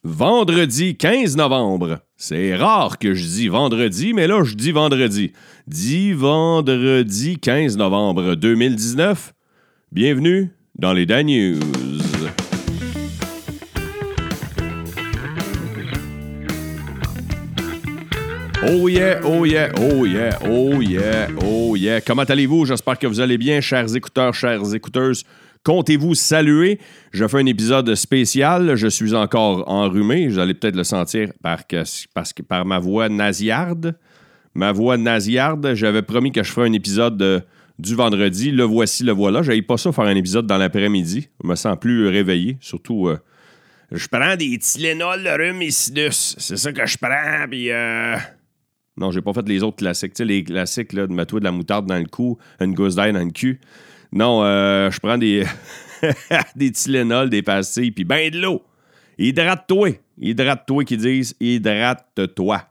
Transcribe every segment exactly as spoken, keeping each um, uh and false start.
Vendredi quinze novembre. C'est rare que je dis vendredi, mais là, je dis vendredi. Dis vendredi quinze novembre deux mille dix-neuf. Bienvenue dans les Dan News. Oh yeah, oh yeah, oh yeah, oh yeah, oh yeah. Comment allez-vous? J'espère que vous allez bien, chers écouteurs, chères écouteuses. Comptez-vous saluer. Je fais un épisode spécial. Je suis encore enrhumé. Vous allez peut-être le sentir par, que, parce que, par ma voix nasillarde. Ma voix nasillarde. J'avais promis que je ferais un épisode de, du vendredi. Le voici, le voilà. J'avais pas ça faire un épisode dans l'après-midi. Je me sens plus réveillé. Surtout, euh, je prends des Tylenol, le rhume et sinus. C'est ça que je prends. Puis, euh... non, j'ai pas fait les autres classiques. Tu sais, les classiques là, de mettre de la moutarde dans le cou, une gousse d'ail dans le cul. Non, euh, je prends des, des Tylenol, des pastilles, puis ben de l'eau. Hydrate-toi. Hydrate-toi qu'ils disent. Hydrate-toi.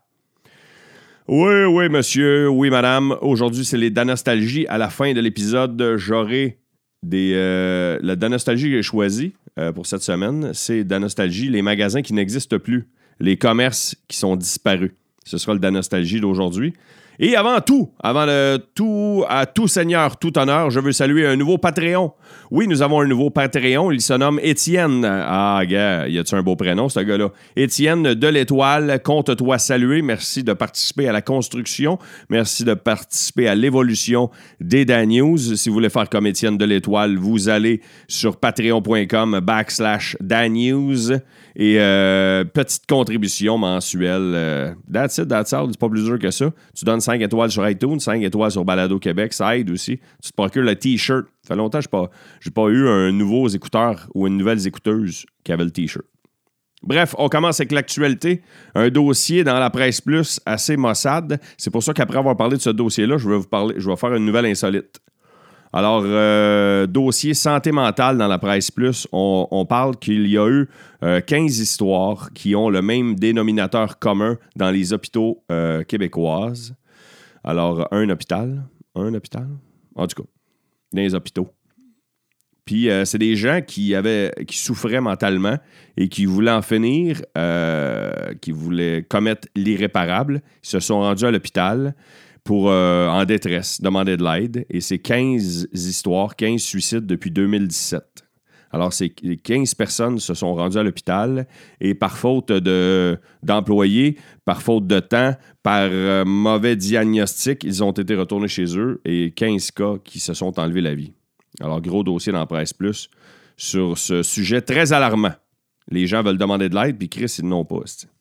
Oui, oui, monsieur. Oui, madame. Aujourd'hui, c'est les Danostalgies. À la fin de l'épisode, j'aurai des... Euh, la Danostalgie que j'ai choisie euh, pour cette semaine, c'est Danostalgie, les magasins qui n'existent plus. Les commerces qui sont disparus. Ce sera le Danostalgie d'aujourd'hui. Et avant tout, avant le tout, à tout seigneur, tout honneur, je veux saluer un nouveau Patreon. Oui, nous avons un nouveau Patreon. Il se nomme Étienne. Ah, gars, y a-tu un beau prénom, ce gars-là? Étienne de l'Étoile, compte-toi saluer. Merci de participer à la construction. Merci de participer à l'évolution des Dan News. Si vous voulez faire comme Étienne de l'Étoile, vous allez sur patreon.com backslash Dan News. Et euh, petite contribution mensuelle. Euh, that's it, that's all. C'est pas plus dur que ça. Tu donnes cinq étoiles sur iTunes, cinq étoiles sur Balado Québec. Ça aide aussi. Tu te procures le T-shirt. Ça fait longtemps que je n'ai pas, j'ai pas eu un nouveau écouteur ou une nouvelle écouteuse qui avait le T-shirt. Bref, on commence avec l'actualité. Un dossier dans la Presse Plus assez maussade. C'est pour ça qu'après avoir parlé de ce dossier-là, je vais vous parler, je vais faire une nouvelle insolite. Alors, euh, dossier santé mentale dans la Presse Plus, on, on parle qu'il y a eu euh, quinze histoires qui ont le même dénominateur commun dans les hôpitaux euh, québécoises. Alors, un hôpital, un hôpital, en tout cas, dans les hôpitaux. Puis, euh, c'est des gens qui avaient, qui souffraient mentalement et qui voulaient en finir, euh, qui voulaient commettre l'irréparable. Ils se sont rendus à l'hôpital pour euh, en détresse, demander de l'aide. Et c'est quinze histoires, quinze suicides depuis deux mille dix-sept. Alors, ces quinze personnes se sont rendues à l'hôpital et par faute de, d'employés, par faute de temps, par euh, mauvais diagnostic, ils ont été retournés chez eux et quinze cas qui se sont enlevés la vie. Alors, gros dossier dans la Presse Plus sur ce sujet très alarmant. Les gens veulent demander de l'aide, puis Chris, ils n'ont pas. C'est...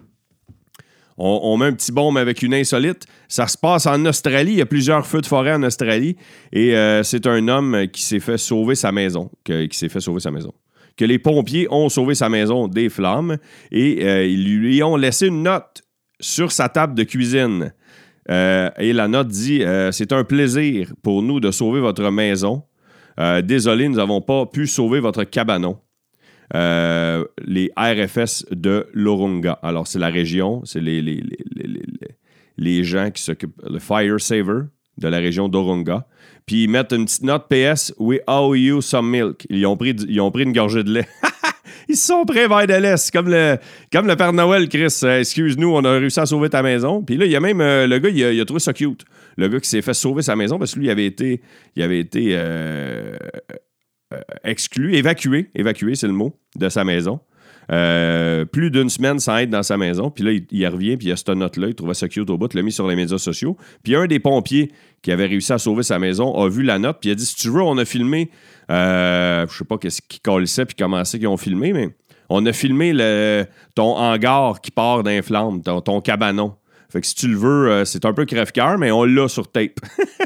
On, on met un petit bombe avec une insolite. Ça se passe en Australie. Il y a plusieurs feux de forêt en Australie. Et euh, c'est un homme qui s'est fait sauver sa maison. Que, qui s'est fait sauver sa maison. Que les pompiers ont sauvé sa maison des flammes. Et euh, ils lui ont laissé une note sur sa table de cuisine. Euh, et la note dit euh, « C'est un plaisir pour nous de sauver votre maison. Euh, désolé, nous n'avons pas pu sauver votre cabanon. » Euh, les R F S de l'Orunga. Alors, c'est la région, c'est les, les, les, les, les, les gens qui s'occupent, le Fire Saver de la région d'Orunga. Puis ils mettent une petite note P S, we owe you some milk. Ils ont pris, ils ont pris une gorgée de lait. Ils se sont pris un verre de lait. C'est comme le, comme le Père Noël, Chris. Euh, excuse-nous, on a réussi à sauver ta maison. Puis là, il y a même euh, le gars, il a, il a trouvé ça cute. Le gars qui s'est fait sauver sa maison parce que lui, il avait été, il avait été euh, euh, exclu, évacué. Évacué, c'est le mot, de sa maison. Euh, plus d'une semaine sans être dans sa maison. Puis là, il, il revient, puis il y a cette note-là. Il trouvait ça cute au bout, il l'a mis sur les médias sociaux. Puis un des pompiers qui avait réussi à sauver sa maison a vu la note, puis il a dit, si tu veux, on a filmé, euh, je sais pas qu'est-ce qui colissait, puis comment c'est qu'ils ont filmé, mais on a filmé le, ton hangar qui part d'un flamme, ton, ton cabanon. Fait que si tu le veux, euh, c'est un peu crève-cœur, mais on l'a sur tape.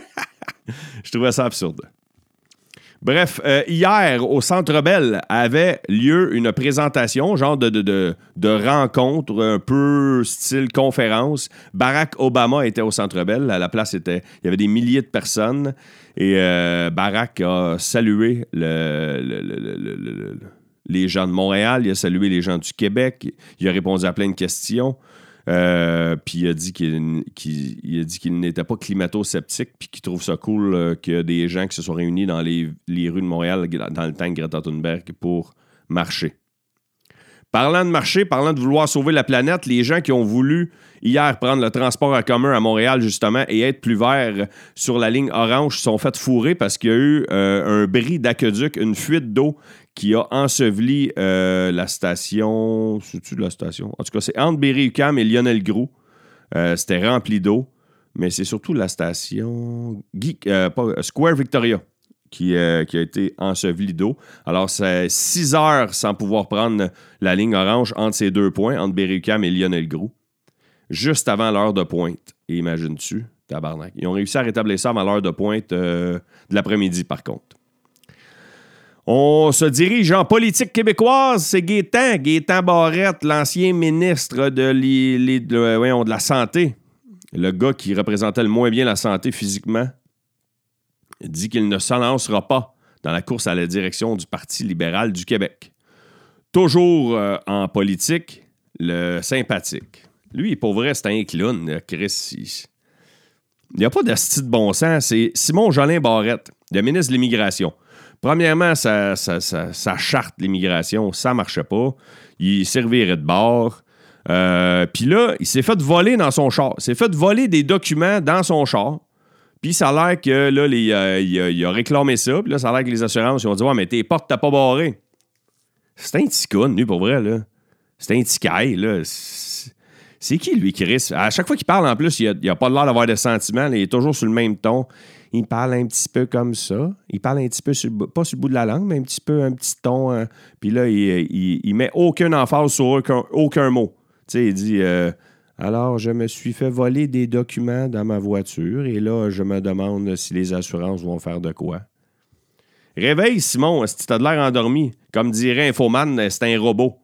Je trouvais ça absurde. Bref, euh, hier, au Centre Bell, avait lieu une présentation, genre de, de, de, de rencontre, un peu style conférence. Barack Obama était au Centre Bell. À la place, était, il y avait des milliers de personnes. Et euh, Barack a salué le, le, le, le, le, le, les gens de Montréal, il a salué les gens du Québec, il a répondu à plein de questions. Euh, puis il a dit qu'il, qu'il, il a dit qu'il n'était pas climato-sceptique puis qu'il trouve ça cool euh, qu'il y a des gens qui se sont réunis dans les, les rues de Montréal dans le temps de Greta Thunberg pour marcher. Parlant de marché, parlant de vouloir sauver la planète, les gens qui ont voulu hier prendre le transport en commun à Montréal, justement, et être plus verts sur la ligne orange, se sont fait fourrer parce qu'il y a eu euh, un bris d'aqueduc, une fuite d'eau qui a enseveli euh, la station... C'est-tu de la station? En tout cas, c'est entre Berry-UQAM et Lionel-Groulx. Euh, c'était rempli d'eau, mais c'est surtout la station... Guy, euh, pas, Square Victoria. Qui, euh, qui a été enseveli d'eau. Alors, c'est six heures sans pouvoir prendre la ligne orange entre ces deux points, entre Berry-UQAM et Lionel-Groulx, juste avant l'heure de pointe. Et imagines-tu, tabarnak. Ils ont réussi à rétablir ça avant l'heure de pointe euh, de l'après-midi, par contre. On se dirige en politique québécoise. C'est Gaétan, Gaétan Barrette, l'ancien ministre de, les, les, de, voyons, de la Santé. Le gars qui représentait le moins bien la santé physiquement. Il dit qu'il ne s'élancera pas dans la course à la direction du Parti libéral du Québec. Toujours euh, en politique, le sympathique. Lui, pour vrai, c'est un clown, Chris. Il n'y a pas d'asti de bon sens. C'est Simon Jolin Barrette, le ministre de l'Immigration. Premièrement, sa, sa, sa, sa charte l'immigration, ça ne marchait pas. Il servirait de bord. Euh, Puis là, il s'est fait voler dans son char. Il s'est fait voler des documents dans son char. Puis ça a l'air que là, les, euh, il, a, il a réclamé ça. Puis là, ça a l'air que les assurances ils ont dit « Ouais, mais tes portes, t'as pas barré. » C'est un petit con, lui, pour vrai, là. C'est un petit caille, là. C'est, c'est qui, lui, Chris? À chaque fois qu'il parle, en plus, il a, il a pas l'air d'avoir de sentiments. Là, il est toujours sur le même ton. Il parle un petit peu comme ça. Il parle un petit peu, sur, pas sur le bout de la langue, mais un petit peu, un petit ton. Hein. Puis là, il, il, il met aucune emphase sur aucun, aucun mot. Tu sais, il dit... Euh, Alors, je me suis fait voler des documents dans ma voiture et là, je me demande si les assurances vont faire de quoi. Réveille, Simon, si tu as de l'air endormi. Comme dirait Infoman, c'est un robot.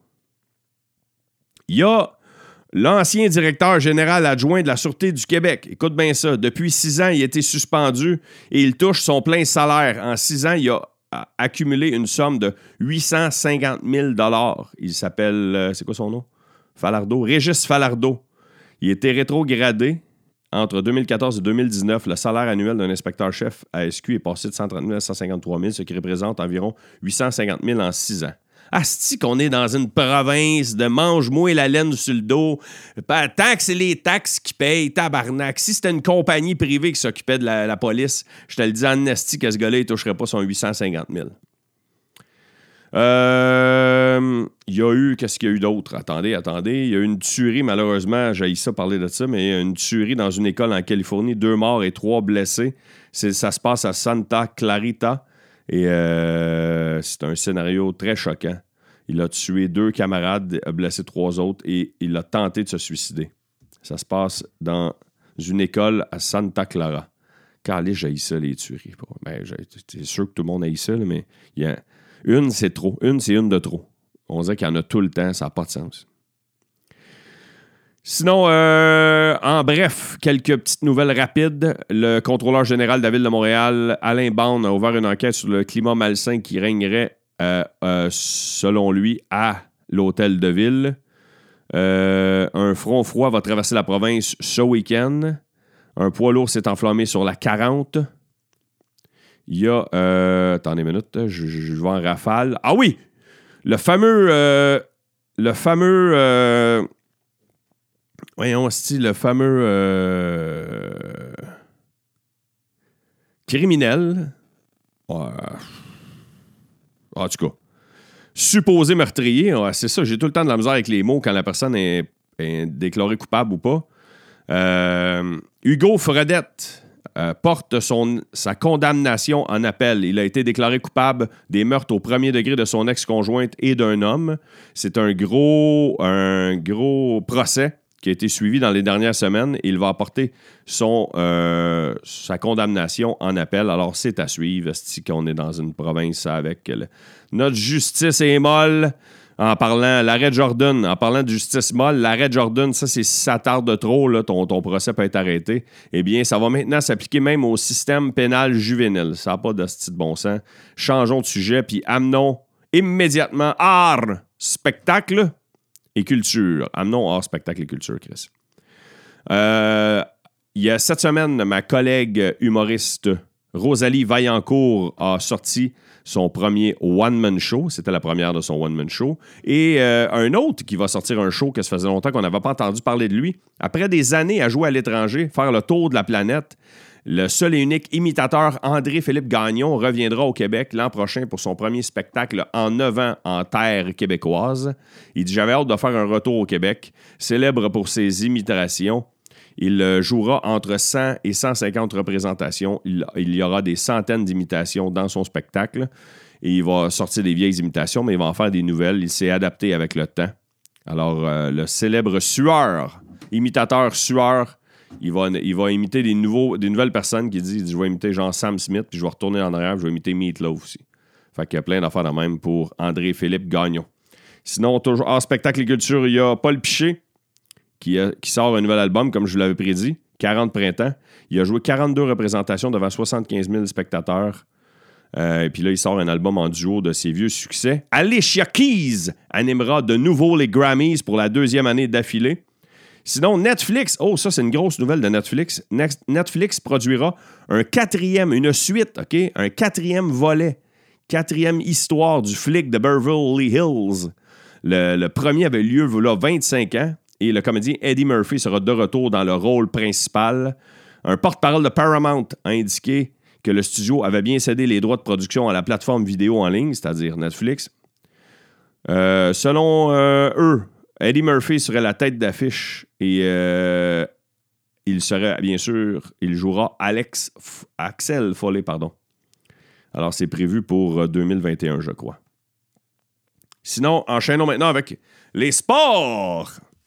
Il y a l'ancien directeur général adjoint de la Sûreté du Québec. Écoute bien ça. Depuis six ans, il a été suspendu et il touche son plein salaire. En six ans, il a accumulé une somme de huit cent cinquante mille dollars. Il s'appelle... Euh, c'est quoi son nom? Falardeau. Régis Falardeau. Il était rétrogradé entre deux mille quatorze et deux mille dix-neuf. Le salaire annuel d'un inspecteur-chef à S Q est passé de cent trente mille à cent cinquante-trois mille, ce qui représente environ huit cent cinquante mille en six ans. Asti qu'on est dans une province de mange-moi la laine sur le dos. Tant que c'est les taxes qui payent, tabarnak. Si c'était une compagnie privée qui s'occupait de la, la police, je te le dis en esti que ce gars-là, il ne toucherait pas son huit cent cinquante mille. Euh, il y a eu, qu'est-ce qu'il y a eu d'autre? Attendez, attendez. Il y a eu une tuerie, malheureusement, j'ai ça parler de ça, mais il y a une tuerie dans une école en Californie, deux morts et trois blessés. C'est, ça se passe à Santa Clarita et euh, c'est un scénario très choquant. Il a tué deux camarades, a blessé trois autres et il a tenté de se suicider. Ça se passe dans une école à Santa Clara. Calé, j'ai ça, les tueries. Ben, c'est sûr que tout le monde a ça, là, mais il y a... Une, c'est trop. Une, c'est une de trop. On dirait qu'il y en a tout le temps. Ça n'a pas de sens. Sinon, euh, en bref, quelques petites nouvelles rapides. Le contrôleur général de la Ville de Montréal, Alain Baume, a ouvert une enquête sur le climat malsain qui régnerait, euh, euh, selon lui, à l'hôtel de ville. Euh, un front froid va traverser la province ce week-end. Un poids lourd s'est enflammé sur la quarante. Il y a... Euh, attendez une minute, je, je vais en rafale. Ah oui! Le fameux... Euh, le fameux... Euh, voyons, c'est le fameux... Euh, criminel. Ouais. En tout cas. Supposé meurtrier. Ouais, c'est ça, j'ai tout le temps de la misère avec les mots quand la personne est, est déclarée coupable ou pas. Euh, Hugo Fredette... Euh, porte son, sa condamnation en appel. Il a été déclaré coupable des meurtres au premier degré de son ex-conjointe et d'un homme. C'est un gros, un gros procès qui a été suivi dans les dernières semaines. Il va apporter son, euh, sa condamnation en appel. Alors, c'est à suivre. C'est qu'on est dans une province avec... Le, notre justice est molle. En parlant, l'arrêt Jordan, en parlant de justice molle, l'arrêt Jordan, ça, c'est si ça tarde trop, là, ton, ton procès peut être arrêté. Eh bien, ça va maintenant s'appliquer même au système pénal juvénile. Ça n'a pas de style de bon sens. Changeons de sujet, puis amenons immédiatement art, spectacle et culture. Amenons art, spectacle et culture, Chris. Euh, il y a cette semaine, ma collègue humoriste Rosalie Vaillancourt a sorti son premier one-man show. C'était la première de son one-man show. Et euh, un autre qui va sortir un show que ça faisait longtemps qu'on n'avait pas entendu parler de lui. Après des années à jouer à l'étranger, faire le tour de la planète, le seul et unique imitateur André-Philippe Gagnon reviendra au Québec l'an prochain pour son premier spectacle en neuf ans en terre québécoise. Il dit « J'avais hâte de faire un retour au Québec. Célèbre pour ses imitations. Il jouera entre cent et cent cinquante représentations. Il, il y aura des centaines d'imitations dans son spectacle. Et il va sortir des vieilles imitations, mais il va en faire des nouvelles. Il s'est adapté avec le temps. Alors, euh, le célèbre Sueur, imitateur Sueur, il va, il va imiter des, nouveaux, des nouvelles personnes qui disent « Je vais imiter genre Sam Smith, puis je vais retourner en arrière, je vais imiter Meatloaf aussi. » Fait qu'il y a plein d'affaires de même pour André-Philippe Gagnon. Sinon, toujours en spectacle et culture, il y a Paul Piché, Qui, a, qui sort un nouvel album, comme je vous l'avais prédit, quarante printemps. Il a joué quarante-deux représentations devant soixante-quinze mille spectateurs. Euh, et puis là, il sort un album en duo de ses vieux succès. Alicia Keys animera de nouveau les Grammys pour la deuxième année d'affilée. Sinon, Netflix, oh, ça, c'est une grosse nouvelle de Netflix. Netflix produira un quatrième, une suite, OK? Un quatrième volet, quatrième histoire du flic de Beverly Hills. Le, le premier avait lieu, voilà, vingt-cinq ans. Et le comédien Eddie Murphy sera de retour dans le rôle principal. Un porte-parole de Paramount a indiqué que le studio avait bien cédé les droits de production à la plateforme vidéo en ligne, c'est-à-dire Netflix. Euh, selon euh, eux, Eddie Murphy serait la tête d'affiche et euh, il serait, bien sûr, il jouera Alex, Axel Foley, pardon. Alors, c'est prévu pour deux mille vingt et un, je crois. Sinon, enchaînons maintenant avec les sports.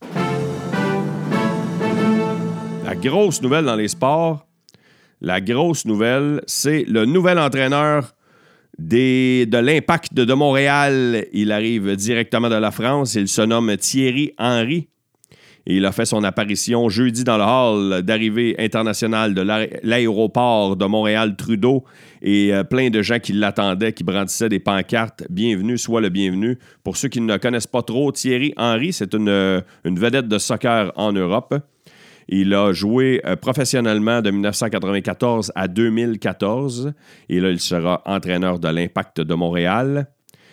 La grosse nouvelle dans les sports, la grosse nouvelle, c'est le nouvel entraîneur des, de l'Impact de Montréal. Il arrive directement de la France. Il se nomme Thierry Henry. Et il a fait son apparition jeudi dans le hall d'arrivée internationale de l'aéroport de Montréal-Trudeau. Et euh, plein de gens qui l'attendaient, qui brandissaient des pancartes « Bienvenue, sois le bienvenu ». Pour ceux qui ne le connaissent pas trop, Thierry Henry, c'est une, une vedette de soccer en Europe. Il a joué euh, professionnellement de dix-neuf cent quatre-vingt-quatorze à deux mille quatorze. Et là, il sera entraîneur de l'Impact de Montréal.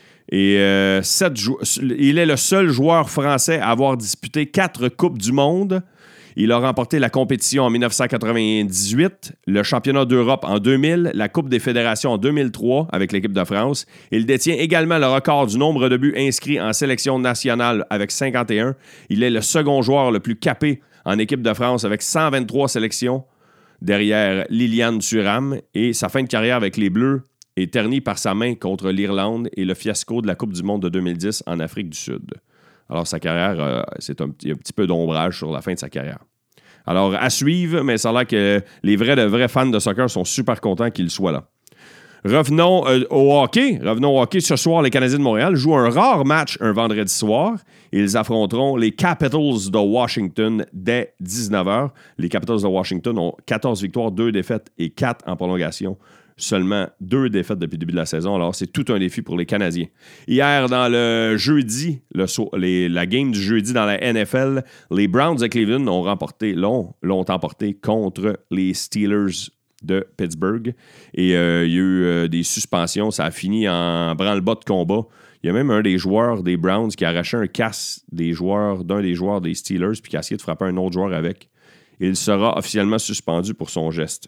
Et euh, sept jou- il est le seul joueur français à avoir disputé quatre Coupes du Monde. Il a remporté la compétition en dix-neuf cent quatre-vingt-dix-huit, le championnat d'Europe en deux mille, la Coupe des fédérations en deux mille trois avec l'équipe de France. Il détient également le record du nombre de buts inscrits en sélection nationale avec cinquante et un. Il est le second joueur le plus capé en équipe de France avec cent vingt-trois sélections derrière Liliane Thuram. Et sa fin de carrière avec les Bleus est ternie par sa main contre l'Irlande et le fiasco de la Coupe du Monde de deux mille dix en Afrique du Sud. Alors, sa carrière, euh, c'est un, un petit peu d'ombrage sur la fin de sa carrière. Alors, à suivre, mais ça a l'air que les vrais, de vrais fans de soccer sont super contents qu'il soit là. Revenons euh, au hockey. Revenons au hockey. Ce soir, les Canadiens de Montréal jouent un rare match un vendredi soir. Ils affronteront les Capitals de Washington dès dix-neuf heures. Les Capitals de Washington ont quatorze victoires, deux défaites et quatre en prolongation. Seulement deux défaites depuis le début de la saison. Alors, c'est tout un défi pour les Canadiens. Hier, dans le jeudi, le so- les, la game du jeudi dans la N F L, les Browns de Cleveland ont remporté, l'ont, l'ont emporté contre les Steelers de Pittsburgh. Et euh, il y a eu euh, des suspensions. Ça a fini en branle-bas de combat. Il y a même un des joueurs des Browns qui a arraché un casque des joueurs, d'un des joueurs des Steelers puis qui a essayé de frapper un autre joueur avec. Il sera officiellement suspendu pour son geste.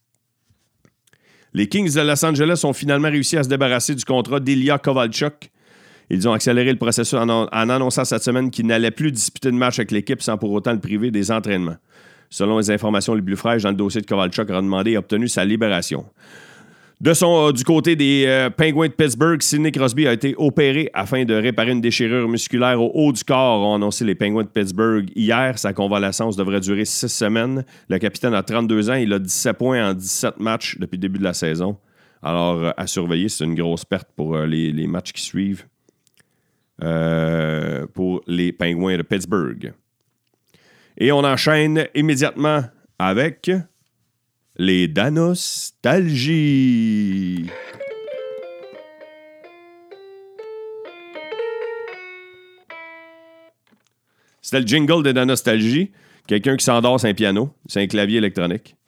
Les Kings de Los Angeles ont finalement réussi à se débarrasser du contrat d'Ilya Kovalchuk. Ils ont accéléré le processus en, en annonçant cette semaine qu'ils n'allaient plus disputer de match avec l'équipe sans pour autant le priver des entraînements. Selon les informations les plus fraîches dans le dossier de Kovalchuk, a demandé et obtenu sa libération. De son, euh, du côté des euh, Penguins de Pittsburgh, Sidney Crosby a été opéré afin de réparer une déchirure musculaire au haut du corps, ont annoncé les Penguins de Pittsburgh hier. Sa convalescence devrait durer six semaines. Le capitaine a trente-deux ans. Il a dix-sept points en dix-sept matchs depuis le début de la saison. Alors, euh, à surveiller, c'est une grosse perte pour euh, les, les matchs qui suivent euh, pour les Penguins de Pittsburgh. Et on enchaîne immédiatement avec les Danostalgies. C'était le jingle des Danostalgies. Quelqu'un qui s'endort sur un piano, c'est un clavier électronique.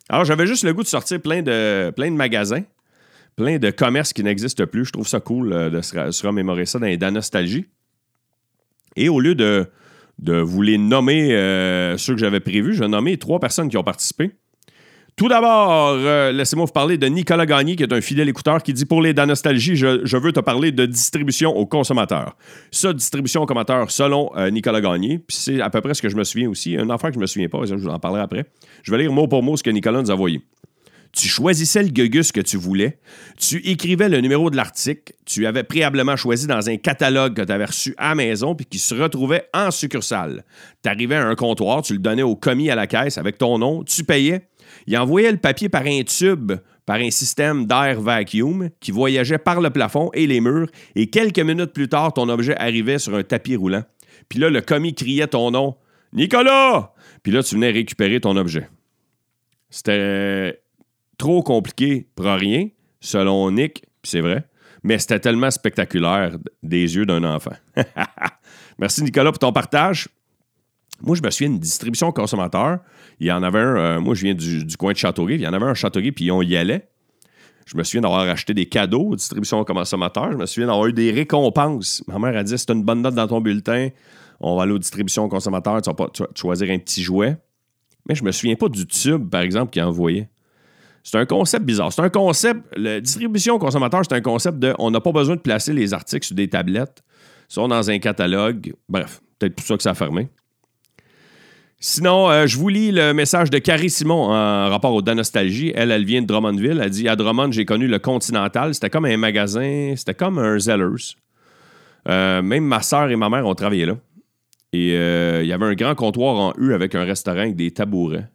Alors, j'avais juste le goût de sortir plein de, plein de magasins, plein de commerces qui n'existent plus. Je trouve ça cool euh, de se, se remémorer ça dans les nostalgie. Et au lieu de, de vous les nommer euh, ceux que j'avais prévus, je vais nommer trois personnes qui ont participé. Tout d'abord, euh, laissez-moi vous parler de Nicolas Gagné, qui est un fidèle écouteur, qui dit « Pour les nostalgie, je, je veux te parler de distribution aux consommateurs. » Ça, distribution aux consommateurs, selon euh, Nicolas Gagné, puis c'est à peu près ce que je me souviens aussi. Un enfant que je me souviens pas, je vous en parlerai après. Je vais lire mot pour mot ce que Nicolas nous a envoyé. Tu choisissais le gugus que tu voulais, tu écrivais le numéro de l'article, tu avais préalablement choisi dans un catalogue que tu avais reçu à la maison puis qui se retrouvait en succursale. Tu arrivais à un comptoir, tu le donnais au commis à la caisse avec ton nom, tu payais. Il envoyait le papier par un tube, par un système d'air vacuum qui voyageait par le plafond et les murs, et quelques minutes plus tard, ton objet arrivait sur un tapis roulant. Puis là, le commis criait ton nom, « Nicolas! » Puis là, tu venais récupérer ton objet. C'était trop compliqué pour rien, selon Nick, puis c'est vrai, mais c'était tellement spectaculaire des yeux d'un enfant. Merci Nicolas pour ton partage. Moi, je me souviens d'une distribution consommateur. Il y en avait un, euh, moi je viens du, du coin de Châteauguay, il y en avait un à Châteauguay, puis on y allait. Je me souviens d'avoir acheté des cadeaux aux distributions consommateurs. Je me souviens d'avoir eu des récompenses. Ma mère a dit, si tu as une bonne note dans ton bulletin, on va aller aux distributions consommateurs, tu vas, pas, tu vas choisir un petit jouet. Mais je me souviens pas du tube, par exemple, qu'il envoyait. C'est un concept bizarre. C'est un concept, la distribution consommateur, c'est un concept de, on n'a pas besoin de placer les articles sur des tablettes, ils sont dans un catalogue. Bref, peut-être pour ça que ça a fermé. Sinon, euh, je vous lis le message de Carrie Simon en rapport au Danostalgie. Elle, elle vient de Drummondville. Elle dit « À Drummond, j'ai connu le Continental. C'était comme un magasin, c'était comme un Zellers. Euh, même ma soeur et ma mère ont travaillé là. Et euh, il y avait un grand comptoir en U avec un restaurant avec des tabourets.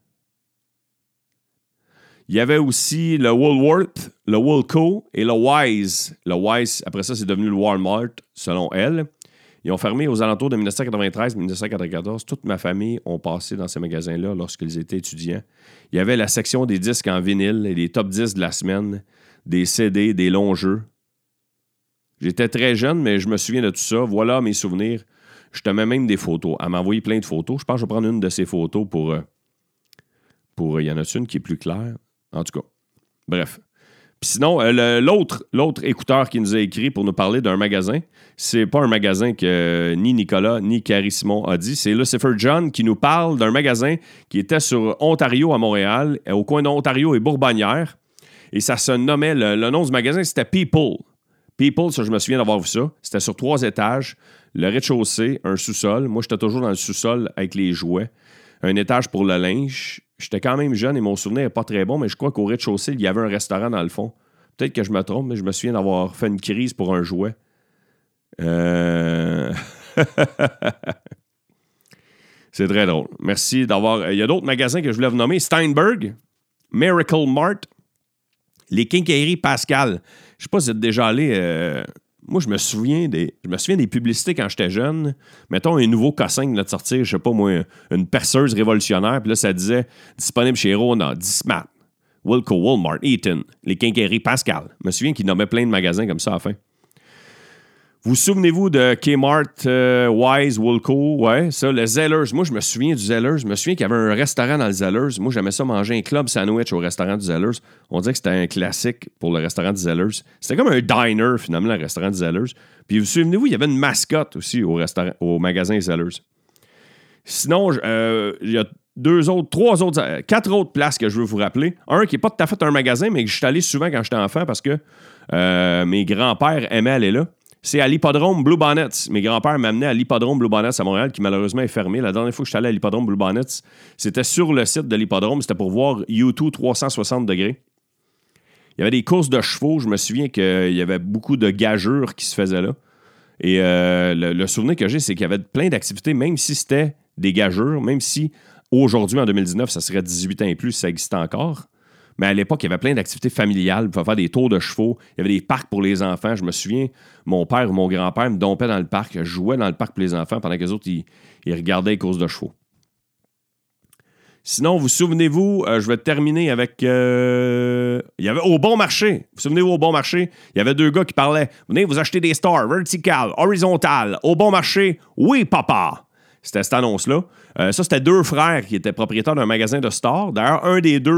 Il y avait aussi le Woolworth, le Woolco et le Wise. Le Wise, après ça, c'est devenu le Walmart, selon elle. Ils ont fermé aux alentours de dix-neuf cent quatre-vingt-treize dix-neuf cent quatre-vingt-quatorze. Toute ma famille ont passé dans ces magasins-là lorsqu'ils étaient étudiants. Il y avait la section des disques en vinyle et les top dix de la semaine, des C D, des longs jeux. J'étais très jeune, mais je me souviens de tout ça. Voilà mes souvenirs. Je te mets même des photos. Elle m'a envoyé plein de photos. Je pense que je vais prendre une de ces photos pour... Euh, pour il y en a une qui est plus claire. En tout cas, bref. Puis sinon, euh, l'autre, l'autre écouteur qui nous a écrit pour nous parler d'un magasin, c'est pas un magasin que euh, ni Nicolas ni Carrie Simon a dit, c'est Lucifer John qui nous parle d'un magasin qui était sur Ontario à Montréal, au coin d'Ontario et Bourbonnière. Et ça se nommait, le, le nom du magasin, c'était People. People, ça, je me souviens d'avoir vu ça. C'était sur trois étages, le rez-de-chaussée, un sous-sol. Moi, j'étais toujours dans le sous-sol avec les jouets. Un étage pour le linge. J'étais quand même jeune et mon souvenir n'est pas très bon, mais je crois qu'au rez-de-chaussée, il y avait un restaurant dans le fond. Peut-être que je me trompe, mais je me souviens d'avoir fait une crise pour un jouet. Euh... C'est très drôle. Merci d'avoir... Il y a d'autres magasins que je voulais vous nommer. Steinberg, Miracle Mart, les Quincailleries Pascal. Je sais pas si vous êtes déjà allé... Euh... Moi, je me souviens des je me souviens des publicités quand j'étais jeune. Mettons un nouveau cossin qui venait de sortir, je sais pas moi, une perceuse révolutionnaire. Puis là, ça disait disponible chez Rona, Dismat, Wilco, Walmart, Eaton, les Quincailleries Pascal. Je me souviens qu'ils nommaient plein de magasins comme ça à la fin. Vous souvenez-vous de Kmart, euh, Wise, Wilco? Ouais, ça, le Zellers. Moi, je me souviens du Zellers. Je me souviens qu'il y avait un restaurant dans le Zellers. Moi, j'aimais ça manger un club sandwich au restaurant du Zellers. On dirait que c'était un classique pour le restaurant du Zellers. C'était comme un diner, finalement, le restaurant du Zellers. Puis, vous souvenez-vous, il y avait une mascotte aussi au, restaurant, au magasin Zellers. Sinon, euh, il y a deux autres, trois autres, euh, quatre autres places que je veux vous rappeler. Un qui n'est pas tout à fait un magasin, mais que je suis allé souvent quand j'étais enfant parce que euh, mes grands-pères aimaient aller là. C'est à l'hippodrome Blue Bonnets. Mes grands-pères m'amenaient à l'hippodrome Blue Bonnets à Montréal, qui malheureusement est fermé. La dernière fois que je suis allé à l'hippodrome Blue Bonnets, c'était sur le site de l'hippodrome. C'était pour voir U deux trois cent soixante degrés. Il y avait des courses de chevaux. Je me souviens qu'il y avait beaucoup de gageures qui se faisaient là. Et euh, le, le souvenir que j'ai, c'est qu'il y avait plein d'activités, même si c'était des gageures, même si aujourd'hui, en deux mille dix-neuf, ça serait dix-huit ans et plus si ça existait encore. Mais à l'époque, il y avait plein d'activités familiales. On pouvait faire des tours de chevaux. Il y avait des parcs pour les enfants. Je me souviens, mon père ou mon grand-père me dompait dans le parc. Je jouais dans le parc pour les enfants pendant que les autres, ils, ils regardaient les courses de chevaux. Sinon, vous souvenez-vous, euh, je vais terminer avec... Euh, il y avait au Bon Marché. Vous souvenez-vous, au Bon Marché, il y avait deux gars qui parlaient. Venez vous acheter des stars, vertical, horizontal. Au Bon Marché, oui, papa. C'était cette annonce-là. Euh, ça, c'était deux frères qui étaient propriétaires d'un magasin de stars. D'ailleurs, un des deux...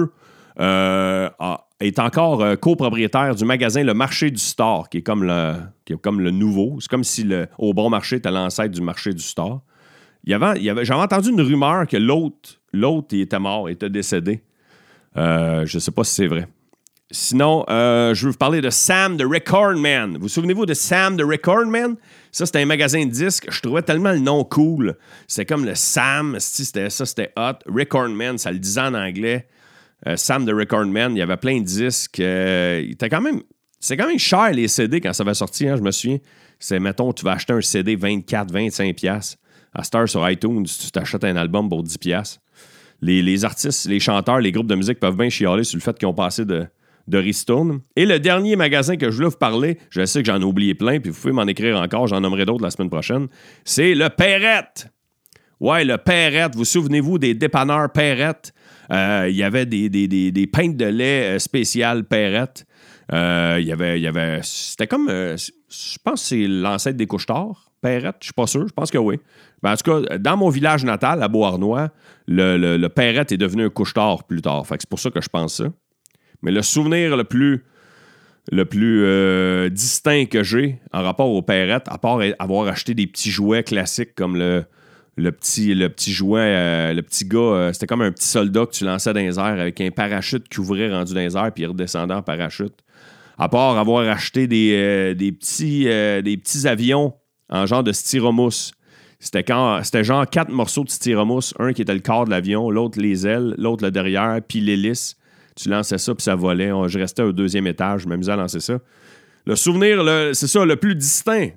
euh, a, est encore euh, copropriétaire du magasin Le Marché du Store, qui est comme le, qui est comme le nouveau. C'est comme si le Au Bon Marché était l'ancêtre du Marché du Store. Il y avait, il y avait, j'avais entendu une rumeur que l'autre, l'autre il était mort, il était décédé. Euh, je ne sais pas si c'est vrai. Sinon, euh, je veux vous parler de Sam the Record Man. Vous souvenez-vous de Sam the Record Man? Ça, c'était un magasin de disques. Je trouvais tellement le nom cool. C'était comme le Sam. C'était, ça, c'était hot. Record Man, ça le disait en anglais. Euh, Sam the Record Man, il y avait plein de disques. Euh, il était quand même, c'est quand même cher, les C D, quand ça va sortir, hein, je me souviens. C'est, mettons, tu vas acheter un C D vingt-quatre vingt-cinq piastres. À Star sur iTunes, tu t'achètes un album pour dix piastres. Les, les artistes, les chanteurs, les groupes de musique peuvent bien chialer sur le fait qu'ils ont passé de... de ristourne. Et le dernier magasin que je voulais vous parler, je sais que j'en ai oublié plein, puis vous pouvez m'en écrire encore, j'en nommerai d'autres la semaine prochaine, c'est le Perrette. Ouais, le Perrette. Vous souvenez-vous des dépanneurs Perrette? Euh, il y avait des, des, des, des pintes de lait spéciales Perrette. Euh, il y avait, il y avait... C'était comme... Euh, je pense que c'est l'ancêtre des couche-tard, Perrette. Je suis pas sûr. Je pense que oui. Ben, en tout cas, dans mon village natal, à Beauharnois, le, le, le Perrette est devenu un couche-tard plus tard. Fait que c'est pour ça que je pense ça. Mais le souvenir le plus, le plus euh, distinct que j'ai en rapport au Perrette, à part avoir acheté des petits jouets classiques comme le, le, petit, le petit jouet, euh, le petit gars, euh, c'était comme un petit soldat que tu lançais dans les airs avec un parachute qui ouvrait rendu dans les airs puis il redescendait en parachute. À part avoir acheté des, euh, des, petits, euh, des petits avions en genre de styromousse. C'était, quand, c'était genre quatre morceaux de styromousse. Un qui était le corps de l'avion, l'autre les ailes, l'autre le derrière, puis l'hélice. Tu lançais ça, puis ça volait. Je restais au deuxième étage, je m'amusais à lancer ça. Le souvenir, le, c'est ça, le plus distinct.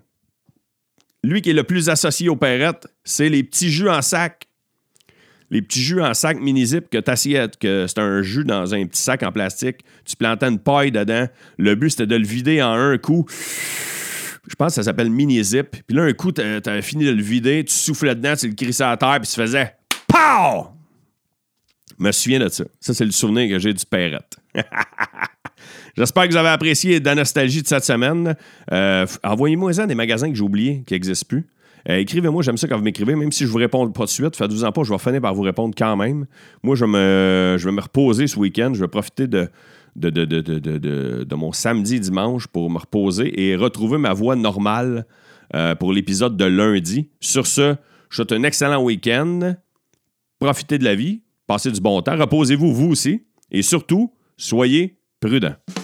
Lui qui est le plus associé au Perrette, c'est les petits jus en sac. Les petits jus en sac mini-zip que t'assieds, que c'est un jus dans un petit sac en plastique. Tu plantais une paille dedans. Le but, c'était de le vider en un coup. Je pense que ça s'appelle mini-zip. Puis là, un coup, t'as, t'as fini de le vider, tu soufflais dedans, tu le crissais à terre, puis tu faisais « Pow! » Je me souviens de ça. Ça, c'est le souvenir que j'ai du Perrette. J'espère que vous avez apprécié la nostalgie de cette semaine. Euh, envoyez-moi ça des magasins que j'ai oubliés, qui n'existent plus. Euh, écrivez-moi, j'aime ça quand vous m'écrivez, même si je ne vous réponds pas de suite. Faites-vous en pas, je vais finir par vous répondre quand même. Moi, je vais me, je vais me reposer ce week-end. Je vais profiter de, de, de, de, de, de, de, de mon samedi dimanche pour me reposer et retrouver ma voix normale euh, pour l'épisode de lundi. Sur ce, je vous souhaite un excellent week-end. Profitez de la vie. Passez du bon temps. Reposez-vous, vous aussi. Et surtout, soyez prudents.